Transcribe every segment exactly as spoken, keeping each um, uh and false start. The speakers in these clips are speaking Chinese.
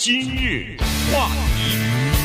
今日话题，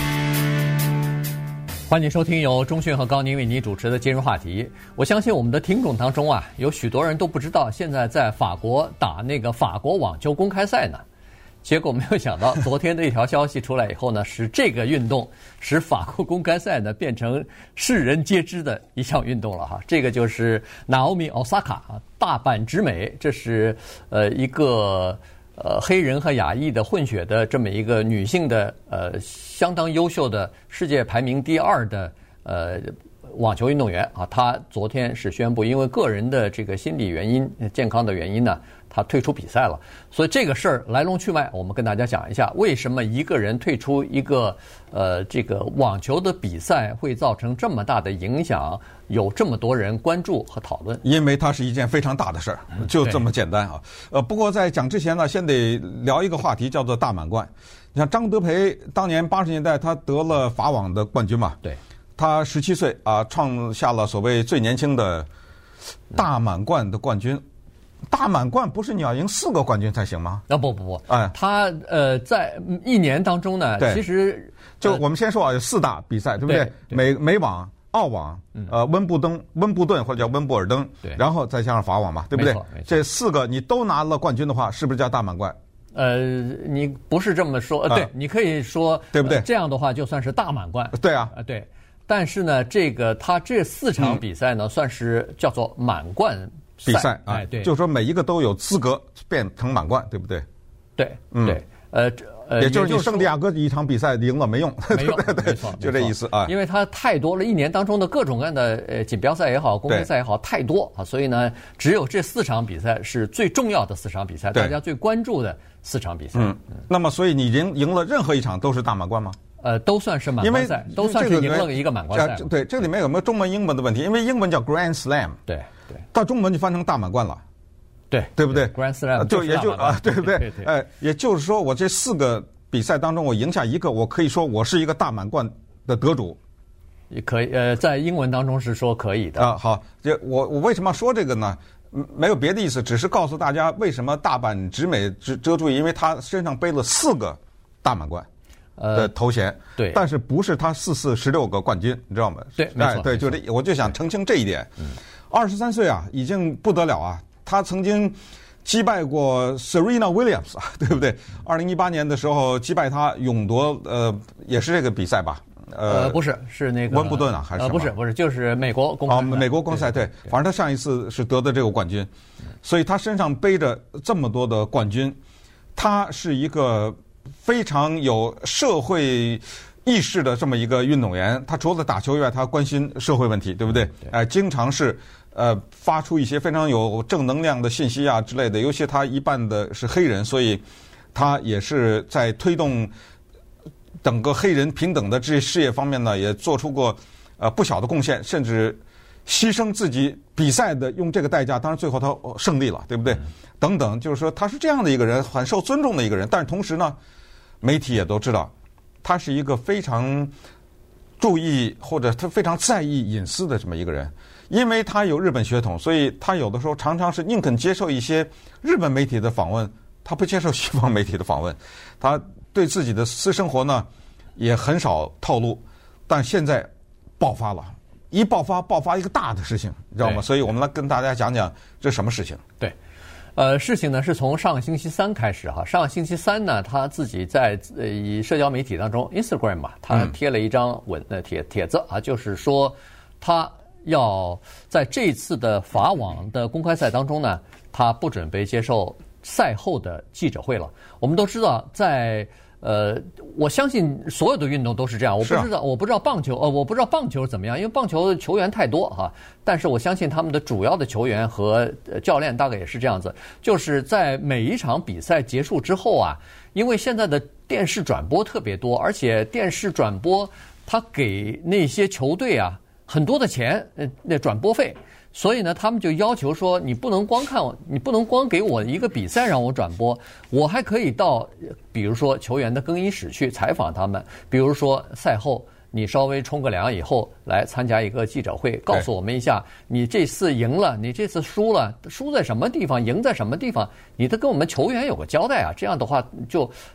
欢迎收听由钟迅和高宁为你主持的今日话题。我相信我们的听众当中啊，有许多人都不知道，现在在法国打那个法国网球公开赛呢。结果没有想到，昨天的一条消息出来以后呢，使这个运动，使法国公开赛呢变成世人皆知的一项运动了哈。这个就是 Naomi Osaka 啊，大阪直美，这是呃一个呃黑人和亚裔的混血的这么一个女性的呃相当优秀的世界排名第二的呃网球运动员啊。她昨天是宣布，因为个人的这个心理原因、健康的原因呢，他退出比赛了。所以这个事儿来龙去脉，我们跟大家讲一下，为什么一个人退出一个呃这个网球的比赛会造成这么大的影响，有这么多人关注和讨论。 因为它是一件非常大的事儿，就这么简单啊。呃，不过在讲之前呢，先得聊一个话题，叫做大满贯。你像张德培当年八十年代他得了法网的冠军嘛， 对， 他十七岁啊，创下了所谓最年轻的大满贯的冠军。大满贯不是你要赢四个冠军才行吗？ 啊不不不， 哎， 他呃在一年当中呢，其实就我们先说啊，有四大比赛，对不对？ 对对美美网、澳网、呃温布登、温布顿或者叫温布尔登， 对， 然后再加上法网嘛，对不对？这四个你都拿了冠军的话，是不是叫大满贯？ 呃，你不是这么说，呃，对，啊、你可以说， 对不对、 呃？这样的话就算是大满贯。 对啊， 呃，对。但是呢，这个他这四场比赛呢，嗯、算是叫做满贯比赛啊， 哎，对， 就是说每一个都有资格变成满贯，对不对？ 对，嗯、对，呃。 也就是你圣地亚哥一场比赛赢了没用， 没用， 对对，就这意思啊。 因为它太多了，一年当中的各种各样的呃锦标赛也好，公开赛也好，太多啊，所以呢，只有这四场比赛是最重要的四场比赛，大家最关注的四场比赛。 嗯，那么所以你赢赢了任何一场都是大满贯吗？ 呃，都算是满贯赛，都算是赢了一个满贯赛。 对，这里面有没有中文、英文的问题？因为英文叫 Grand Slam， 对对， 到中文就翻成大满贯了。 对， 对不对 ？Grand Slam 就也就啊，对不对？哎，也就是说，我这四个比赛当中，我赢下一个，我可以说我是一个大满贯的得主。 也可以，呃，在英文当中是说可以的啊。好，这我我为什么要说这个呢？没有别的意思，只是告诉大家为什么大阪直美值得注意，因为他身上背了四个大满贯的头衔。呃、 对， 但是不是他四四十六个冠军，你知道吗？ 对，没错， 哎，对，就这，我就想澄清这一点。二十三岁啊，已经不得了啊！他曾经击败过 Serena Williams 啊，对不对？二零一八年的时候击败他，勇夺呃，也是这个比赛吧？ 呃，不是，是那个温布顿啊，还是什么？ 呃，不是，不是，就是美国公开赛。 啊，美国公开赛，对，反正他上一次是得的这个冠军，所以他身上背着这么多的冠军，他是一个非常有社会意识的这么一个运动员。他除了打球以外，他关心社会问题，对不对？哎、呃，经常是。呃，发出一些非常有正能量的信息啊之类的，尤其他一半的是黑人，所以他也是在推动整个黑人平等的这些事业方面呢，也做出过呃不小的贡献，甚至牺牲自己比赛的用这个代价，当然最后他胜利了，对不对？等等，就是说他是这样的一个人，很受尊重的一个人，但是同时呢，媒体也都知道他是一个非常注意或者他非常在意隐私的这么一个人。因为他有日本血统，所以他有的时候常常是宁肯接受一些日本媒体的访问，他不接受西方媒体的访问。他对自己的私生活呢也很少透露，但现在爆发了，一爆发爆发一个大的事情，你知道吗？所以我们来跟大家讲讲这什么事情。 对，呃，事情呢是从上个星期三开始哈。上个星期三呢，他自己在呃以社交媒体当中 Instagram 嘛，他贴了一张文呃帖帖子啊，就是说他要在这次的法网的公开赛当中呢，他不准备接受赛后的记者会了。我们都知道，在呃，我相信所有的运动都是这样。我不知道，啊、我不知道棒球，呃，我不知道棒球怎么样，因为棒球球员太多哈。但是我相信他们的主要的球员和教练大概也是这样子，就是在每一场比赛结束之后啊，因为现在的电视转播特别多，而且电视转播他给那些球队啊很多的钱，呃，那转播费。所以呢，他们就要求说，你不能光看我，你不能光给我一个比赛让我转播，我还可以到，比如说球员的更衣室去采访他们，比如说赛后你稍微冲个凉以后来参加一个记者会，告诉我们一下你这次赢了，你这次输了，输在什么地方，赢在什么地方，你得跟我们球员有个交代啊。这样的话就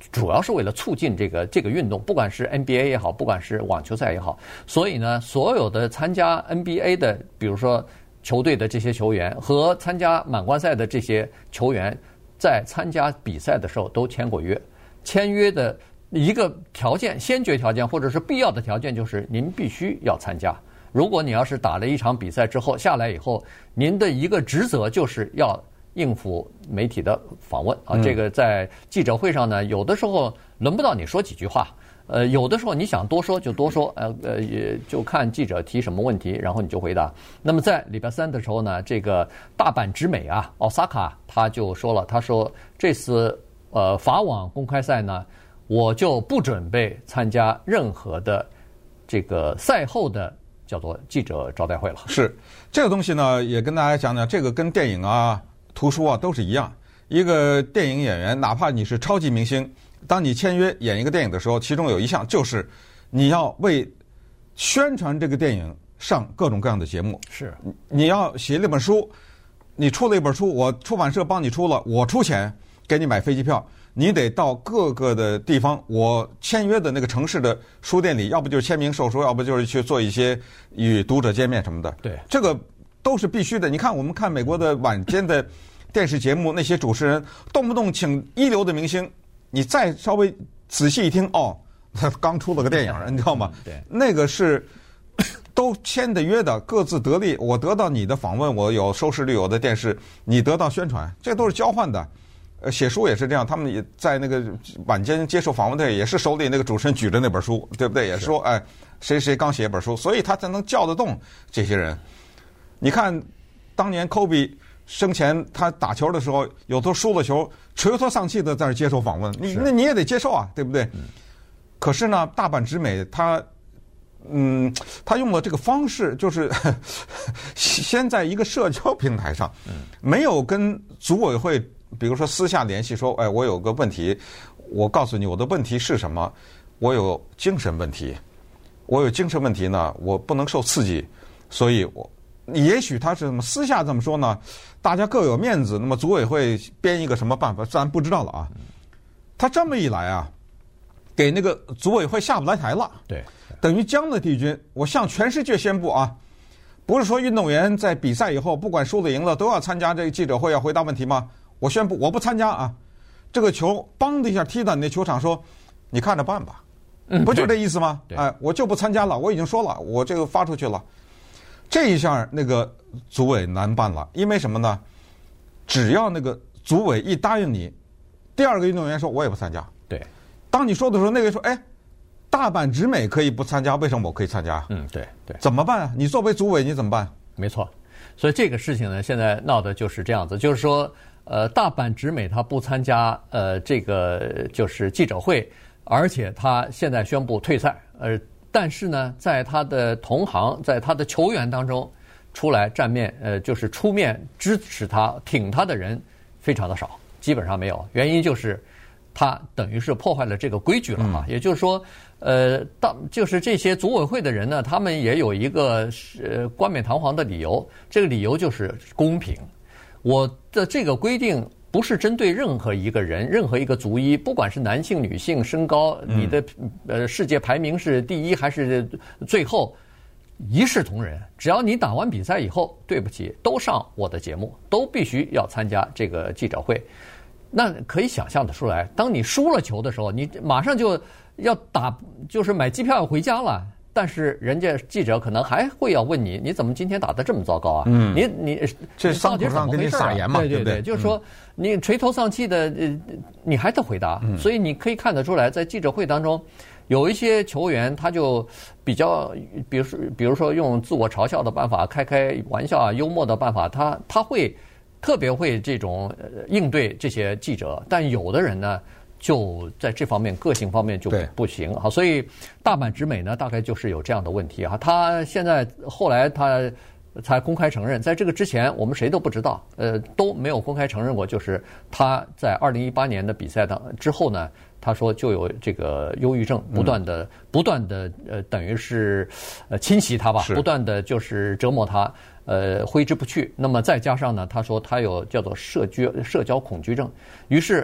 主要是为了促进这个这个运动，不管是 N B A 也好，不管是网球赛也好。所以呢，所有的参加 N B A 的，比如说球队的这些球员和参加满贯赛的这些球员，在参加比赛的时候都签过约。签约的一个条件，先决条件或者是必要的条件就是您必须要参加。如果你要是打了一场比赛之后下来以后，您的一个职责就是要应付媒体的访问啊。这个在记者会上呢，有的时候轮不到你说几句话，呃，有的时候你想多说就多说，呃呃，也就看记者提什么问题，然后你就回答。那么在礼拜三的时候呢，这个大阪直美啊，奥萨卡他就说了，他说这次呃法网公开赛呢，我就不准备参加任何的这个赛后的叫做记者招待会了。 是这个东西呢，也跟大家讲讲，这个跟电影啊、图书啊都是一样。一个电影演员，哪怕你是超级明星，当你签约演一个电影的时候，其中有一项就是你要为宣传这个电影上各种各样的节目。 是， 你要写了一本书，你出了一本书，我出版社帮你出了，我出钱给你买飞机票，你得到各个的地方，我签约的那个城市的书店里，要不就是签名售书，要不就是去做一些与读者见面什么的。 对， 这个都是必须的。你看，我们看美国的晚间的电视节目，那些主持人动不动请一流的明星，你再稍微仔细一听，哦，他刚出了个电影，你知道吗？ 对， 那个是都签的约的，各自得利。我得到你的访问，我有收视率，我的电视，你得到宣传，这都是交换的。呃，写书也是这样，他们也在那个晚间接受访问的，也是手里那个主持人举着那本书，对不对？也说，哎，谁谁刚写一本书，所以他才能叫得动这些人。你看，当年科比生前他打球的时候，有时候输了球，垂头丧气的在那接受访问，你那你也得接受啊，对不对？嗯、可是呢，大阪直美他，嗯，他用了这个方式，就是呵呵先在一个社交平台上，没有跟组委会。比如说私下联系说，哎，我有个问题，我告诉你我的问题是什么？我有精神问题，我有精神问题呢，我不能受刺激，所以我也许他是什么私下这么说呢？大家各有面子，那么组委会编一个什么办法，咱不知道了啊。他这么一来啊，给那个组委会下不来台了， 对， 等于将了帝军。我向全世界宣布啊，不是说运动员在比赛以后不管输了赢了都要参加这个记者会要回答问题吗？我宣布我不参加啊！这个球梆的一下踢到你那球场，说你看着办吧，不就这意思吗？哎，我就不参加了，我已经说了，我这个发出去了。这一下那个组委难办了，因为什么呢？只要那个组委一答应你，第二个运动员说我也不参加。 对， 当你说的时候，那个说哎，大阪直美可以不参加，为什么我可以参加？ 嗯，对对， 怎么办啊？你作为组委你怎么办？ 没错，所以这个事情呢，现在闹的就是这样子，就是说。呃，大阪直美他不参加呃这个就是记者会，而且他现在宣布退赛。呃，但是呢，在他的同行，在他的球员当中，出来站面呃就是出面支持他、挺他的人非常的少，基本上没有。原因就是他等于是破坏了这个规矩了嘛。嗯、也就是说，呃，当就是这些组委会的人呢，他们也有一个呃冠冕堂皇的理由，这个理由就是公平。我的这个规定不是针对任何一个人、任何一个族裔，不管是男性、女性、身高，你的呃世界排名是第一还是最后，一视同仁。只要你打完比赛以后，对不起，都上我的节目，都必须要参加这个记者会。那可以想象得出来，当你输了球的时候，你马上就要打，就是买机票要回家了。但是人家记者可能还会要问你，你怎么今天打得这么糟糕啊？嗯，你你这伤口上给你撒盐嘛？ 对对对， 对就是说你垂头丧气的，呃，你还得回答。嗯、所以你可以看得出来，在记者会当中，有一些球员他就比较，比如说比如说用自我嘲笑的办法、开开玩笑啊、幽默的办法，他他会特别会这种应对这些记者。但有的人呢，就在这方面个性方面就不行好，所以大阪直美呢，大概就是有这样的问题啊。他现在后来他才公开承认，在这个之前我们谁都不知道，呃，都没有公开承认过，就是他在二零一八年的比赛当之后呢，他说就有这个忧郁症，不断的、嗯、不断的呃，等于是呃侵袭他吧，不断的就是折磨他，呃，挥之不去。那么再加上呢，他说他有叫做社交社交恐惧症，于是。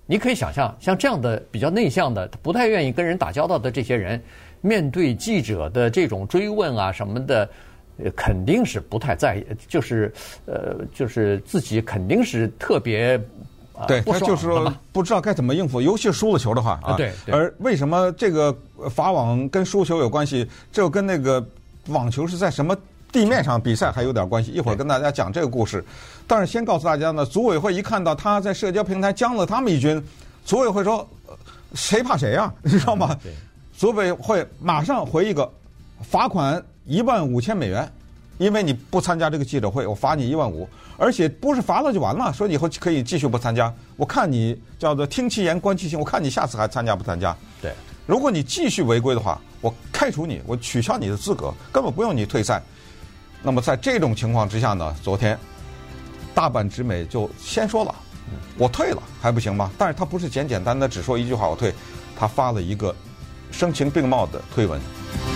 你可以想象，像这样的比较内向的、不太愿意跟人打交道的这些人，面对记者的这种追问啊什么的，呃，肯定是不太在意，就是呃，就是自己肯定是特别。 对，他就是说不知道该怎么应付，尤其是输了球的话啊。 对。 而为什么这个法网跟输球有关系？这跟那个网球是在什么地面上比赛还有点关系。一会儿跟大家讲这个故事。但是先告诉大家呢，组委会一看到他在社交平台将了他们一军，组委会说谁怕谁啊，你知道吗？组委会马上回一个罚款一万五千美元。因为你不参加这个记者会，我罚你一万五，而且不是罚了就完了，说以后可以继续不参加。我看你叫做听其言观其行，我看你下次还参加不参加。 对， 如果你继续违规的话，我开除你，我取消你的资格，根本不用你退赛。那么在这种情况之下呢，昨天大阪直美就先说了，我退了还不行吗？但是他不是简简单单只说一句话我退，他发了一个声情并茂的推文。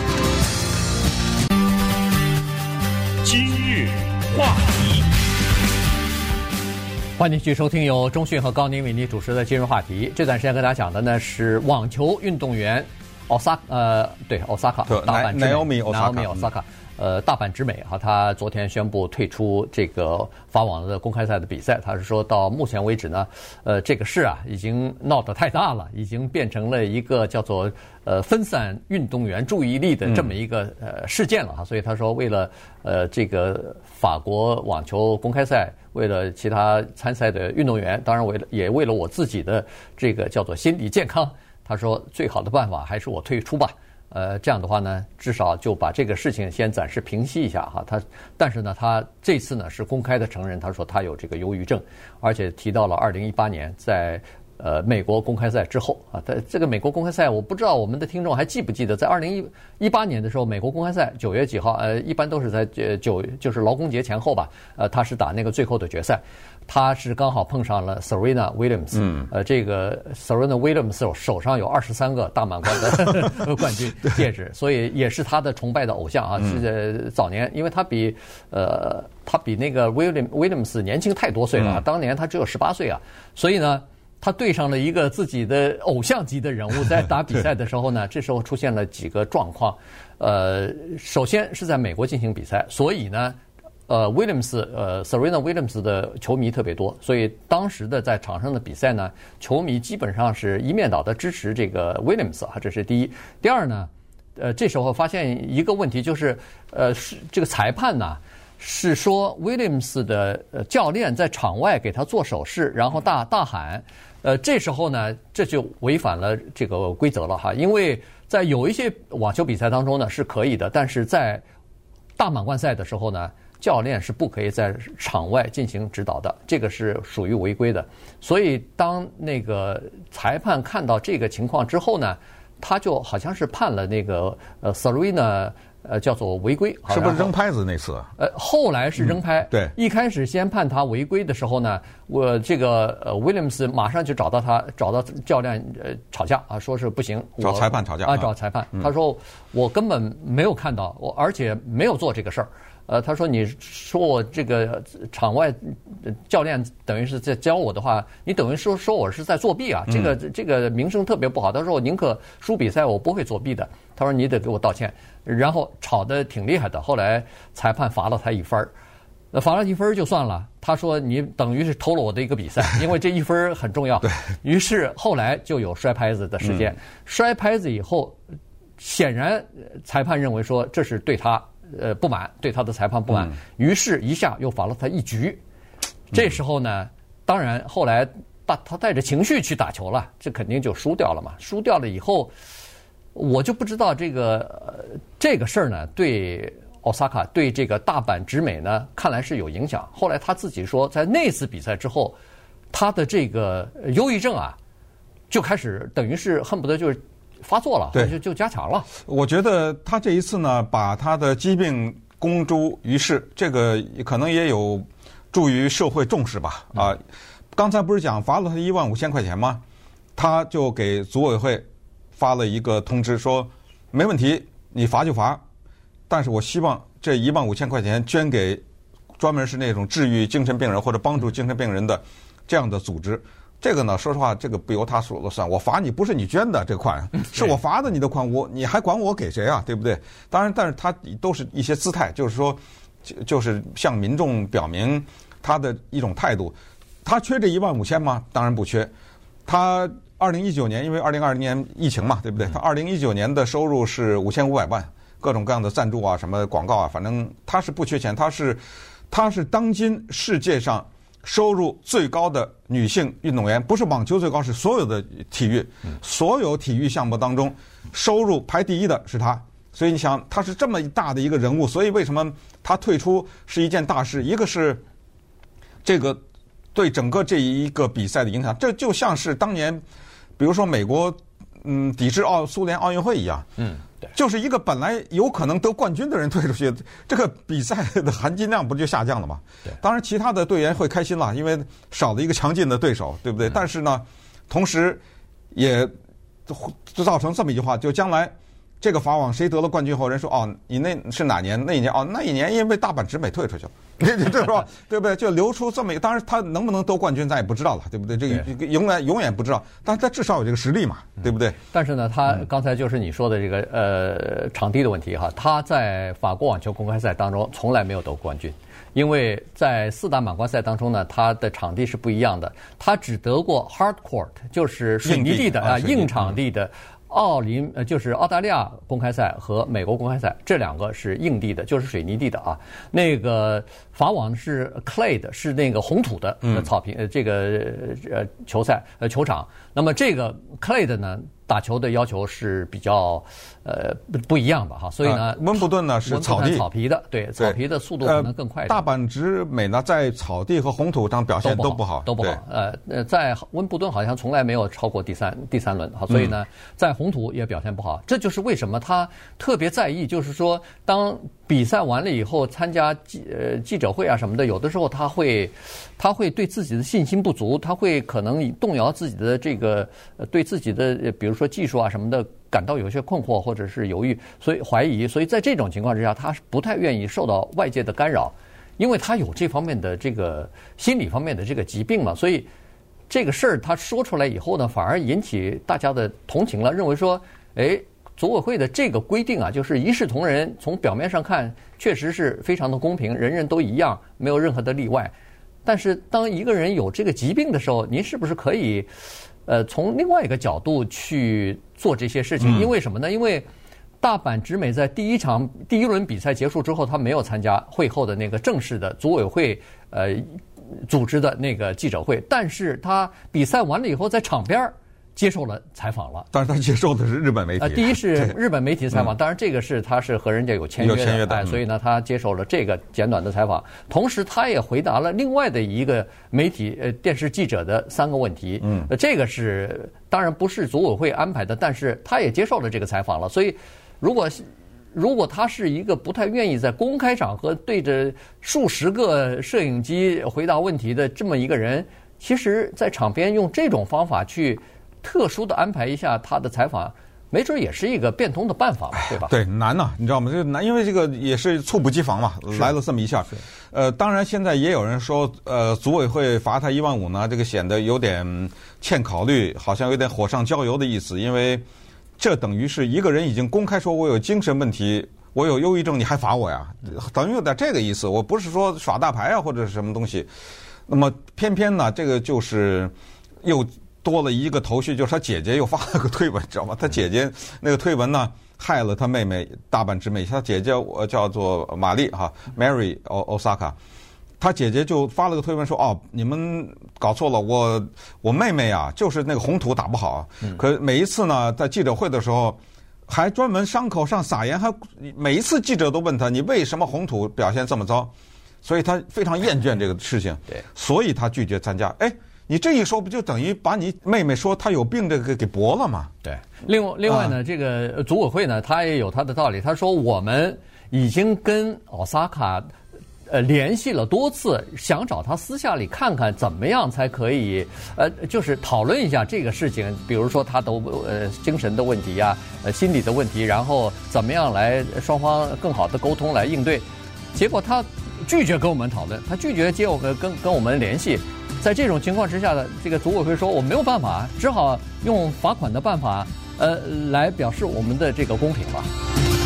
今日话题， 欢迎继续收听由钟讯和高宁为您主持的今日话题。这段时间跟大家讲的呢是网球运动员奥萨呃对奥萨卡大阪直美 Naomi Osaka 呃大阪直美哈，他昨天宣布退出这个法网的公开赛的比赛。他是说到目前为止呢，呃这个事啊已经闹得太大了，已经变成了一个叫做呃分散运动员注意力的这么一个呃事件了哈。所以他说为了呃这个法国网球公开赛，为了其他参赛的运动员，当然为了也为了我自己的这个叫做心理健康，他说最好的办法还是我退出吧。呃，这样的话呢，至少就把这个事情先暂时平息一下哈。他，但是呢，他这次呢是公开的承认，他说他有这个忧郁症，而且提到了二零一八年在呃美国公开赛之后啊，在这个美国公开赛，我不知道我们的听众还记不记得，在二零一八年的时候，美国公开赛九月几号？呃，一般都是在呃九就是劳工节前后吧。呃，他是打那个最后的决赛。他是刚好碰上了 Serena Williams，嗯，呃，这个 Serena Williams 手手上有二十三个大满贯的冠军戒指，所以也是他的崇拜的偶像啊。是呃早年，因为他比呃他比那个 William Williams 年轻太多岁了，当年他只有十八岁啊，所以呢，他对上了一个自己的偶像级的人物，在打比赛的时候呢，这时候出现了几个状况，呃，首先是在美国进行比赛，所以呢。呃 ，Williams， 呃 ，Serena Williams 的球迷特别多，所以当时的在场上的比赛呢，球迷基本上是一面倒的支持这个 Williams 啊，这是第一。第二呢，呃，这时候发现一个问题，就是呃，是这个裁判呢是说 Williams 的呃教练在场外给他做手势，然后大大喊，呃，这时候呢，这就违反了这个规则了哈，因为在有一些网球比赛当中呢是可以的，但是在大满贯赛的时候呢。教练是不可以在场外进行指导的，这个是属于违规的。所以当那个裁判看到这个情况之后呢，他就好像是判了那个呃 Serena 呃叫做违规， 是不是扔拍子那次？ 呃，后来是扔拍。 嗯、对， 一开始先判他违规的时候呢，我这个呃 Williams 马上就找到他，找到教练呃吵架啊，说是不行， 找裁判吵架啊，找裁判。嗯、他说我根本没有看到，我而且没有做这个事儿。呃，他说你说我这个场外教练等于是在教我的话，你等于说说我是在作弊啊，这个这个名声特别不好。他说我宁可输比赛，我不会作弊的。他说你得给我道歉。然后吵得挺厉害的，后来裁判罚了他一分儿，罚了一分就算了。他说你等于是偷了我的一个比赛，因为这一分很重要。于是后来就有摔拍子的事件，摔拍子以后，显然裁判认为说这是对他。呃，不满，对他的裁判不满，于是一下又罚了他一局。这时候呢，当然后来大他带着情绪去打球了，这肯定就输掉了嘛。输掉了以后，我就不知道这个、呃、这个事儿呢，对奥萨卡对这个大阪直美呢，看来是有影响。后来他自己说，在那次比赛之后，他的这个忧郁症啊，就开始等于是恨不得就是。发作了， 对， 就就加强了。 我觉得他这一次呢，把他的疾病公诸于世，这个可能也有助于社会重视吧。啊、呃，刚才不是讲罚了他一万五千块钱吗？他就给组委会发了一个通知，说没问题，你罚就罚，但是我希望这一万五千块钱捐给专门是那种治愈精神病人或者帮助精神病人的这样的组织。 这个呢，说实话，这个不由他说了算。我罚你不是你捐的这款，是我罚的你的款，我你还管我给谁啊？对不对？当然，但是他都是一些姿态，就是说，就就是向民众表明他的一种态度。他缺这一万五千吗？当然不缺。他二零一九年，因为二零二零年疫情嘛，对不对？他二零一九年的收入是五千五百万，各种各样的赞助啊，什么广告啊，反正他是不缺钱。他是他是当今世界上收入最高的女性运动员，不是网球最高，是所有的体育，所有体育项目当中收入排第一的是她。所以你想，她是这么大的一个人物，所以为什么她退出是一件大事？一个是这个对整个这一个比赛的影响，这就像是当年，比如说美国嗯抵制奥苏联奥运会一样，嗯。就是一个本来有可能得冠军的人退出去，这个比赛的含金量不就下降了吗？当然，其他的队员会开心了，因为少了一个强劲的对手，对不对？嗯、但是呢，同时也就造成这么一句话：就将来这个法网谁得了冠军后，人说哦，你那是哪年？那一年哦，那一年因为大阪直美退出去了，对吧？对不对？就流出这么一个，当然他能不能得冠军咱也不知道了，对不对？这个永远永远不知道，但是他至少有这个实力嘛，对不对？ 但是呢，他刚才就是你说的这个呃场地的问题哈，他在法国网球公开赛当中从来没有得过冠军，因为在四大满贯赛当中呢，他的场地是不一样的，他只得过 hard court， 就是水泥地的啊硬场地的。奥林呃，就是澳大利亚公开赛和美国公开赛，这两个是硬地的，就是水泥地的啊。那个法网是 clay 的，是那个红土的草坪，呃，这个呃球赛呃球场。那么这个 clay 的呢，打球的要求是比较呃不不一样吧哈，所以呢， 温布顿呢是草地草皮的，对，草皮的速度可能更快一点。 大阪直美呢在草地和红土上表现都不好， 都不好。呃呃，在温布顿好像从来没有超过第三第三轮，好，所以呢，在红土也表现不好。这就是为什么他特别在意，就是说当比赛完了以后参加记呃记者会啊什么的，有的时候他会他会对自己的信心不足，他会可能动摇自己的这个呃对自己的比如说技术啊什么的感到有些困惑或者是犹豫，所以怀疑，所以在这种情况之下，他是不太愿意受到外界的干扰，因为他有这方面的这个心理方面的这个疾病嘛，所以这个事儿他说出来以后呢，反而引起大家的同情了，认为说，哎。组委会的这个规定啊，就是一视同仁，从表面上看确实是非常的公平，人人都一样，没有任何的例外。但是当一个人有这个疾病的时候，您是不是可以，呃，从另外一个角度去做这些事情？因为什么呢？因为大阪直美在第一场第一轮比赛结束之后，他没有参加会后的那个正式的组委会呃组织的那个记者会，但是他比赛完了以后在场边儿。接受了采访了， 但是他接受的是日本媒体。 呃，第一是日本媒体采访，当然这个是他是和人家有签约的， 有签约的， 哎，所以呢，他接受了这个简短的采访，同时他也回答了另外的一个媒体呃电视记者的三个问题。嗯，呃，这个是当然不是组委会安排的，但是他也接受了这个采访了。所以，如果如果他是一个不太愿意在公开场合对着数十个摄影机回答问题的这么一个人，其实在场边用这种方法去。特殊的安排一下他的采访，没准也是一个变通的办法，对吧？ 对，难呐、啊，你知道吗？这个难，因为这个也是猝不及防嘛，来了这么一下。呃，当然现在也有人说，呃，组委会罚他一万五呢，这个显得有点欠考虑，好像有点火上浇油的意思，因为这等于是一个人已经公开说我有精神问题，我有忧郁症，你还罚我呀？等于有点这个意思。我不是说耍大牌啊或者是什么东西，那么偏偏呢，这个就是又。多了一个头绪，就是他姐姐又发了个推文，知道吗？他姐姐那个推文呢，害了他妹妹大阪直美。他姐姐我叫做玛丽哈 ，Mary Osaka， 他姐姐就发了个推文说：“哦，你们搞错了，我我妹妹啊，就是那个红土打不好。可每一次呢，在记者会的时候，还专门伤口上撒盐，还每一次记者都问他，你为什么红土表现这么糟？所以他非常厌倦这个事情， 对， 所以他拒绝参加。哎。”你这一说，不就等于把你妹妹说她有病这个给驳了吗？ 对。另外，另外呢，啊、这个组委会呢，他也有他的道理。他说，我们已经跟奥萨卡呃联系了多次，想找他私下里看看怎么样才可以呃，就是讨论一下这个事情，比如说他的呃精神的问题呀、啊，呃心理的问题，然后怎么样来双方更好的沟通来应对。结果他拒绝跟我们讨论，他拒绝接我们跟跟我们联系。 在这种情况之下的这个组委会说，我没有办法，只好用罚款的办法，呃，来表示我们的这个公平吧。